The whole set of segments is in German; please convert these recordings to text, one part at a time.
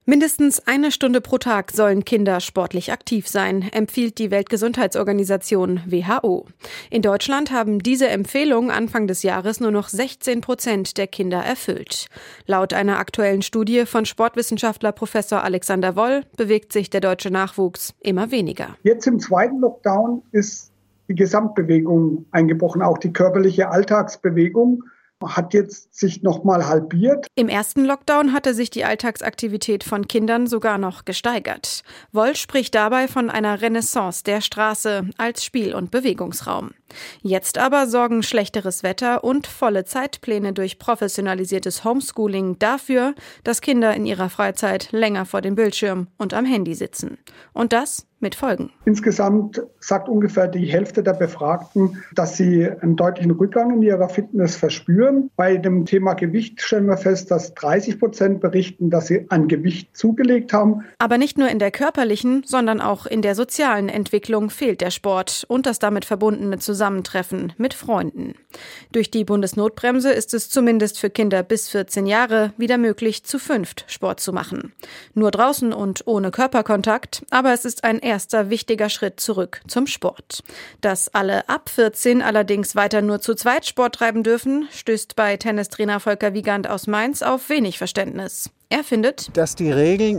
Mindestens 1 Stunde pro Tag sollen Kinder sportlich aktiv sein, empfiehlt die Weltgesundheitsorganisation WHO. In Deutschland haben diese Empfehlung Anfang des Jahres nur noch 16% der Kinder erfüllt. Laut einer aktuellen Studie von Sportwissenschaftler Professor Alexander Woll bewegt sich der deutsche Nachwuchs immer weniger. Jetzt im zweiten Lockdown ist die Gesamtbewegung eingebrochen, auch die körperliche Alltagsbewegung hat jetzt sich nochmal halbiert. Im ersten Lockdown hatte sich die Alltagsaktivität von Kindern sogar noch gesteigert. Woll spricht dabei von einer Renaissance der Straße als Spiel- und Bewegungsraum. Jetzt aber sorgen schlechteres Wetter und volle Zeitpläne durch professionalisiertes Homeschooling dafür, dass Kinder in ihrer Freizeit länger vor dem Bildschirm und am Handy sitzen. Und das mit Folgen. Insgesamt sagt ungefähr die Hälfte der Befragten, dass sie einen deutlichen Rückgang in ihrer Fitness verspüren. Bei dem Thema Gewicht stellen wir fest, dass 30% berichten, dass sie an Gewicht zugelegt haben. Aber nicht nur in der körperlichen, sondern auch in der sozialen Entwicklung fehlt der Sport und das damit verbundene Zusammentreffen mit Freunden. Durch die Bundesnotbremse ist es zumindest für Kinder bis 14 Jahre wieder möglich, zu 5 Sport zu machen. Nur draußen und ohne Körperkontakt, aber es ist ein erster wichtiger Schritt zurück zum Sport. Dass alle ab 14 allerdings weiter nur zu zweit Sport treiben dürfen, stößt bei Tennistrainer Volker Wiegand aus Mainz auf wenig Verständnis. Er findet, dass die Regeln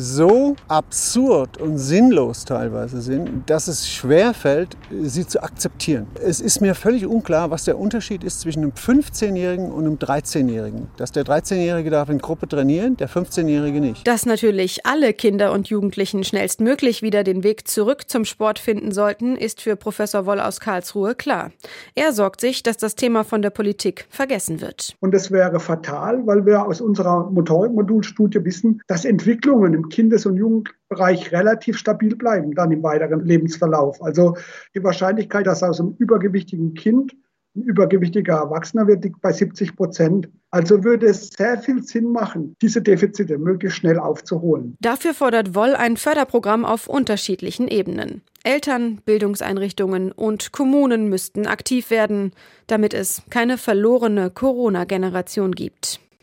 so absurd und sinnlos teilweise sind, dass es schwerfällt, sie zu akzeptieren. Es ist mir völlig unklar, was der Unterschied ist zwischen einem 15-Jährigen und einem 13-Jährigen. Dass der 13-Jährige darf in Gruppe trainieren, der 15-Jährige nicht. Dass natürlich alle Kinder und Jugendlichen schnellstmöglich wieder den Weg zurück zum Sport finden sollten, ist für Professor Woll aus Karlsruhe klar. Er sorgt sich, dass das Thema von der Politik vergessen wird. Und das wäre fatal, weil wir aus unserer Motorikmodulstudie wissen, dass Entwicklungen im Kindes- und Jugendbereich relativ stabil bleiben, dann im weiteren Lebensverlauf. Also die Wahrscheinlichkeit, dass aus einem übergewichtigen Kind ein übergewichtiger Erwachsener wird, liegt bei 70%. Also würde es sehr viel Sinn machen, diese Defizite möglichst schnell aufzuholen. Dafür fordert Woll ein Förderprogramm auf unterschiedlichen Ebenen. Eltern, Bildungseinrichtungen und Kommunen müssten aktiv werden, damit es keine verlorene Corona-Generation gibt.